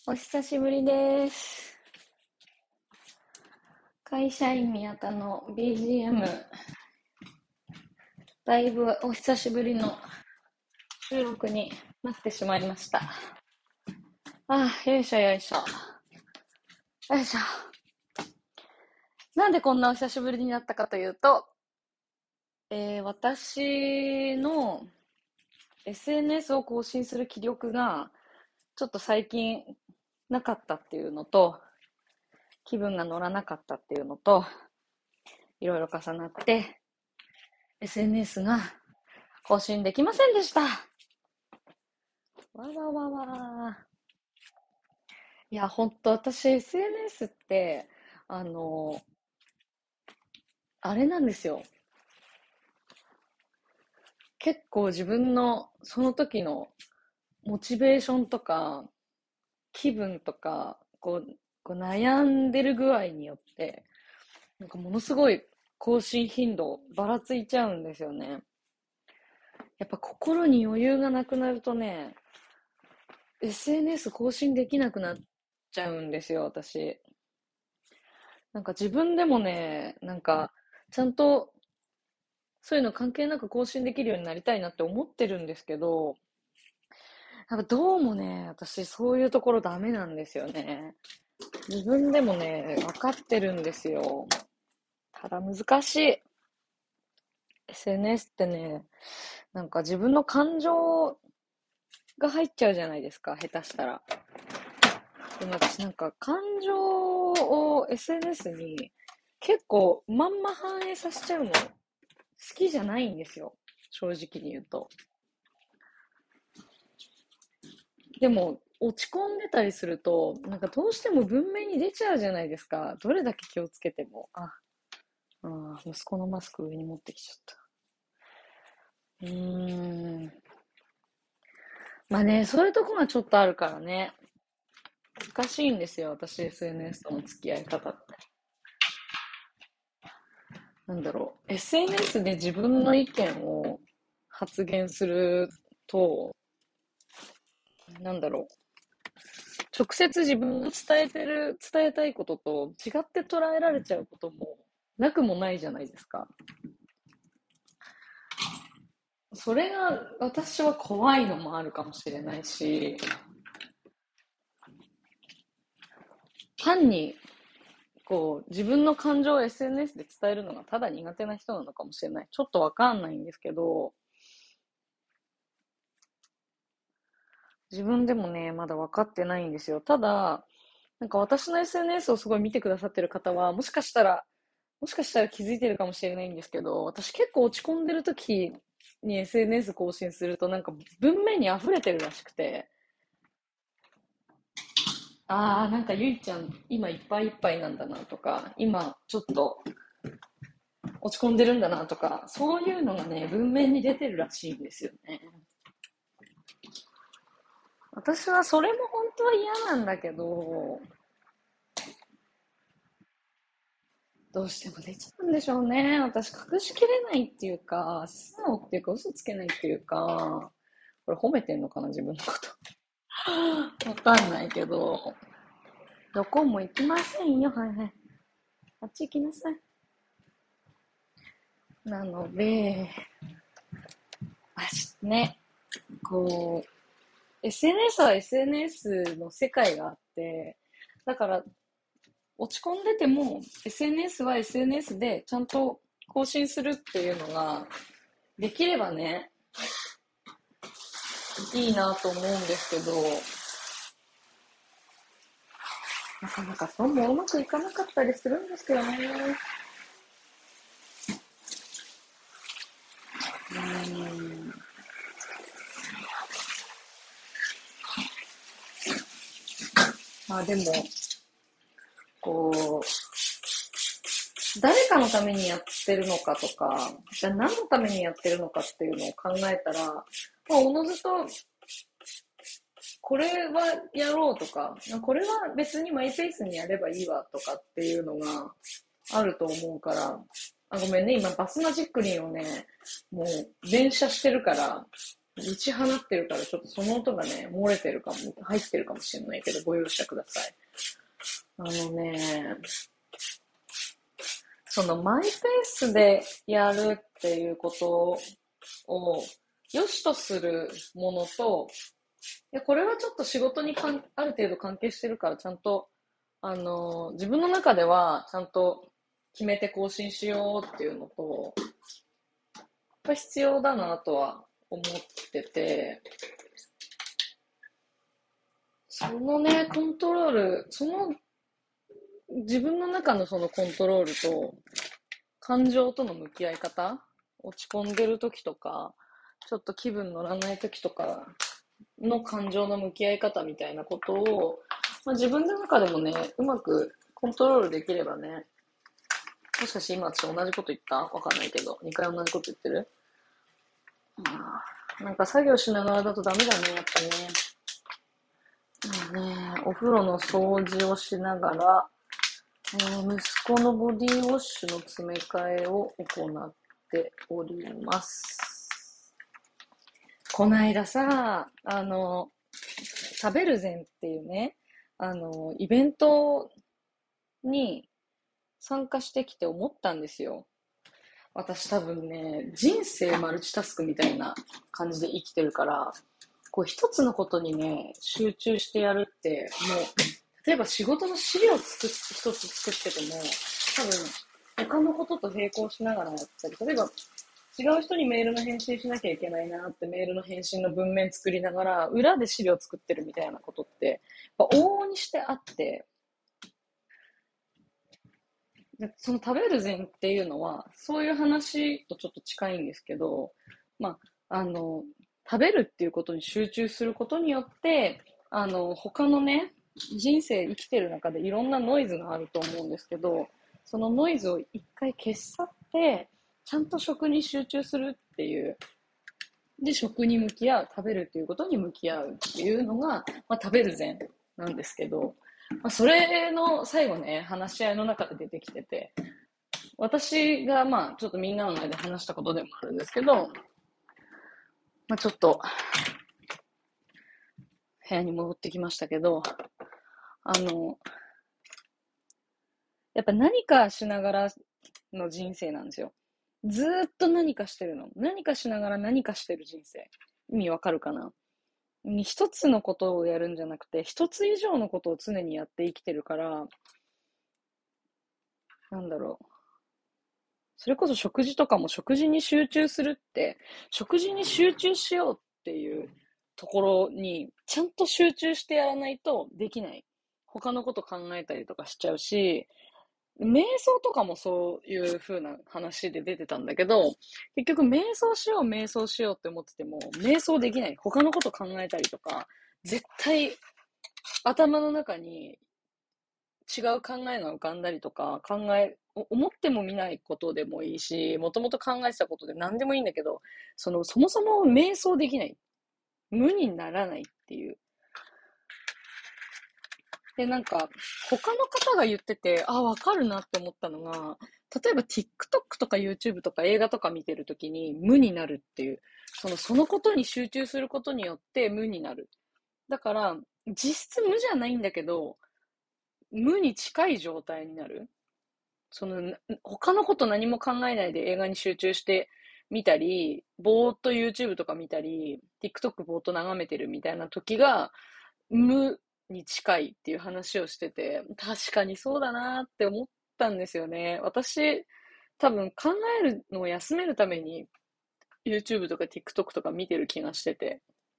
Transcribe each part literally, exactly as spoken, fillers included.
お久しぶりです。会社員宮田の ビージーエム、だいぶお久しぶりの収録になってしまいました。ああ、よいしょよいしょ。よいしょ。なんでこんなお久しぶりになったかというと、えー私の エスエヌエス を更新する気力がちょっと最近なかったっていうのと、気分が乗らなかったっていうのと、いろいろ重なって、エスエヌエス が更新できませんでした。わわわわ。いや、ほんと、私 エスエヌエス って、あの、あれなんですよ。結構自分のその時のモチベーションとか気分とか、こう、こう悩んでる具合によって、なんかものすごい更新頻度ばらついちゃうんですよね。やっぱ心に余裕がなくなるとね、エスエヌエス 更新できなくなっちゃうんですよ、私。なんか自分でもね、なんか、ちゃんとそういうの関係なく更新できるようになりたいなって思ってるんですけど、やっぱどうもね、私そういうところダメなんですよね。自分でもね、分かってるんですよ。ただ難しい。エスエヌエス ってね、なんか自分の感情が入っちゃうじゃないですか、下手したら。でも私なんか感情を エスエヌエス に結構まんま反映させちゃうの好きじゃないんですよ。正直に言うと。でも、落ち込んでたりすると、なんかどうしても文面に出ちゃうじゃないですか。どれだけ気をつけても。あ、あ息子のマスク上に持ってきちゃった。うーん。まあね、そういうとこがちょっとあるからね。難しいんですよ、私 エスエヌエス との付き合い方って。なんだろう。エスエヌエス で自分の意見を発言すると、なんだろう。直接自分が伝えてる、伝えたいことと違って捉えられちゃうこともなくもないじゃないですか。それが私は怖いのもあるかもしれないし、単にこう自分の感情を エスエヌエス で伝えるのがただ苦手な人なのかもしれない。ちょっとわかんないんですけど、自分でもね、まだ分かってないんですよ。ただ、なんか私の エスエヌエス をすごい見てくださってる方は、もしかしたら、もしかしたら気づいてるかもしれないんですけど、私結構落ち込んでる時に エスエヌエス 更新するとなんか文面に溢れてるらしくて、ああ、なんかゆいちゃん今いっぱいいっぱいなんだなとか、今ちょっと落ち込んでるんだなとか、そういうのがね、文面に出てるらしいんですよね。私はそれも本当は嫌なんだけど、どうしても出ちゃうんでしょうね。私隠しきれないっていうか、素直っていうか嘘つけないっていうか、これ褒めてんのかな、自分のこと。わかんないけど、どこも行きませんよ。はいはい。あっち行きなさい。なので、あしね、こう、エスエヌエス は エスエヌエス の世界があって、だから落ち込んでても エスエヌエス は エスエヌエス でちゃんと更新するっていうのができればね、いいなと思うんですけど、なかなかそうもうまくいかなかったりするんですけどね。うーん。まあでも、こう、誰かのためにやってるのかとか、じゃあ何のためにやってるのかっていうのを考えたら、まあ、おのずと、これはやろうとか、これは別にマイペースにやればいいわとかっていうのがあると思うから、あ、ごめんね、今バスマジックリンをね、もう連射してるから、 打ち放ってるから、ちょっとその音がね、漏れてるかも、入ってるかもしれないけど、ご容赦ください。あのね、そのマイペースでやるっていうことを良しとするものと、いや、これはちょっと仕事にかんある程度関係してるから、ちゃんと、あの、自分の中ではちゃんと決めて更新しようっていうのと、やっぱ必要だなとは思ってて、そのね、コントロール、その自分の中のそのコントロールと、感情との向き合い方、落ち込んでる時とか、ちょっと気分乗らない時とかの感情の向き合い方みたいなことを、まあ、自分の中でもね、うまくコントロールできればね、もしかして今私同じこと言った？わかんないけど、にかい同じこと言ってる？なんか作業しながらだとダメだね、やっぱね。まあね、お風呂の掃除をしながら、えー息子のボディウォッシュの詰め替えを行っております。こないださ、あの、食べる膳っていうね、あの、イベントに参加してきて思ったんですよ。私多分ね、人生マルチタスクみたいな感じで生きてるから、こう一つのことにね、集中してやるって、もう、例えば仕事の資料作っ一つ作ってても、多分他のことと並行しながらやったり、例えば違う人にメールの返信しなきゃいけないなってメールの返信の文面作りながら、裏で資料作ってるみたいなことって、やっぱ往々にしてあって、でその食べる膳っていうのは、そういう話とちょっと近いんですけど、まあ、あの、食べるっていうことに集中することによって、あの、他のね、人生生きてる中でいろんなノイズがあると思うんですけど、そのノイズを一回消し去って、ちゃんと食に集中するっていう。で、食に向き合う、食べるっていうことに向き合うっていうのが、まあ、食べる膳なんですけど、まあ、それの最後ね、話し合いの中で出てきてて、私がまあちょっとみんなの前で話したことでもあるんですけど、まあ、ちょっと部屋に戻ってきましたけど、あの、やっぱ何かしながらの人生なんですよ。ずーっと何かしてるの。何かしながら何かしてる人生。意味わかるかな？一つのことをやるんじゃなくて、一つ以上のことを常にやって生きてるから、なんだろう。それこそ食事とかも食事に集中するって、食事に集中しようっていうところにちゃんと集中してやらないとできない。他のこと考えたりとかしちゃうし、瞑想とかもそういう風な話で出てたんだけど、結局瞑想しよう瞑想しようって思ってても、瞑想できない。他のこと考えたりとか、絶対頭の中に違う考えが浮かんだりとか、考え、思っても見ないことでもいいし、もともと考えてたことで何でもいいんだけど、その、そもそも瞑想できない。無にならないっていう。で、なんか、他の方が言ってて、あ、わかるなって思ったのが、例えば TikTok とか YouTube とか映画とか見てるときに無になるっていう、その、そのことに集中することによって無になる。だから、実質無じゃないんだけど、無に近い状態になる。その、他のこと何も考えないで映画に集中して見たり、ぼーっと YouTube とか見たり、TikTok ぼーっと眺めてるみたいな時が、無に近いっていう話をしてて、確かにそうだなって思ったんですよね。私、多分考えるのを休めるために YouTube とか TikTok とか見てる気がしてて。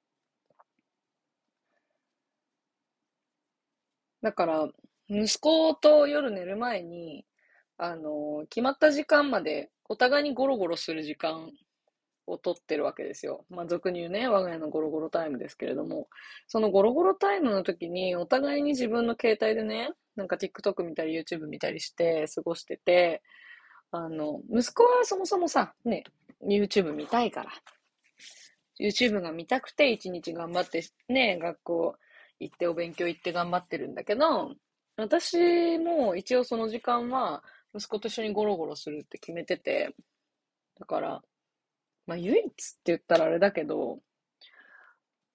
だから、息子と夜寝る前に、あの、決まった時間までお互いにゴロゴロする時間を取ってるわけですよ。まあ、俗に言うね、我が家のゴロゴロタイムですけれども、そのゴロゴロタイムの時に、お互いに自分の携帯でね、なんか TikTok 見たり YouTube 見たりして過ごしてて、あの、息子はそもそもさ、ね、YouTube 見たいから、YouTube が見たくて一日頑張ってね、学校行ってお勉強行って頑張ってるんだけど、私も一応その時間は息子と一緒にゴロゴロするって決めてて、だから、まあ唯一って言ったらあれだけど、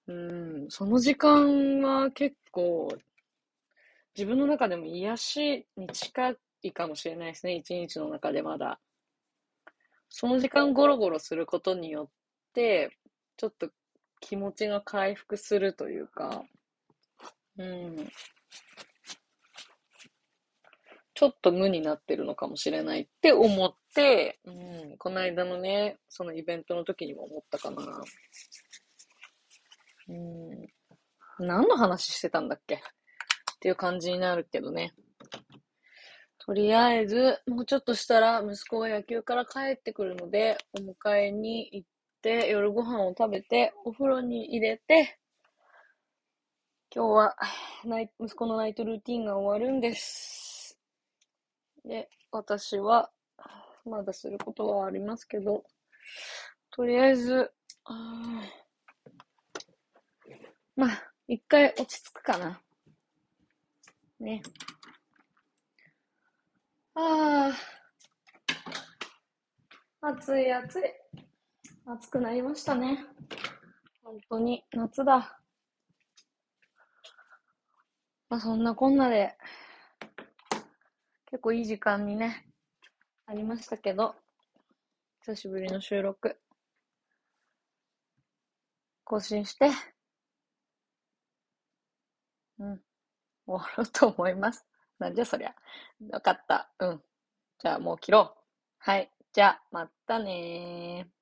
うん、その時間は結構自分の中でも癒しに近いかもしれないですね。一日の中でまだ。その時間ゴロゴロすることによって、ちょっと気持ちが回復するというか、うん、ちょっと無になってるのかもしれないって思って、うん、この間のね、そのイベントの時にも思ったかな。うん、何の話してたんだっけっていう感じになるけどね。とりあえず、もうちょっとしたら息子が野球から帰ってくるので、お迎えに行って、夜ご飯を食べて、お風呂に入れて、今日はナイ息子のナイトルーティンが終わるんです。で、私は、まだすることはありますけど、とりあえず、あまあ、一回落ち着くかな。ね。ああ、暑い暑い。暑くなりましたね。本当に夏だ。まあそんなこんなで結構いい時間にね、ありましたけど、久しぶりの収録、更新して、うん、終わろうと思います。なんじゃそりゃ。わかった。うん。じゃあもう切ろう。はい。じゃあ、またねー。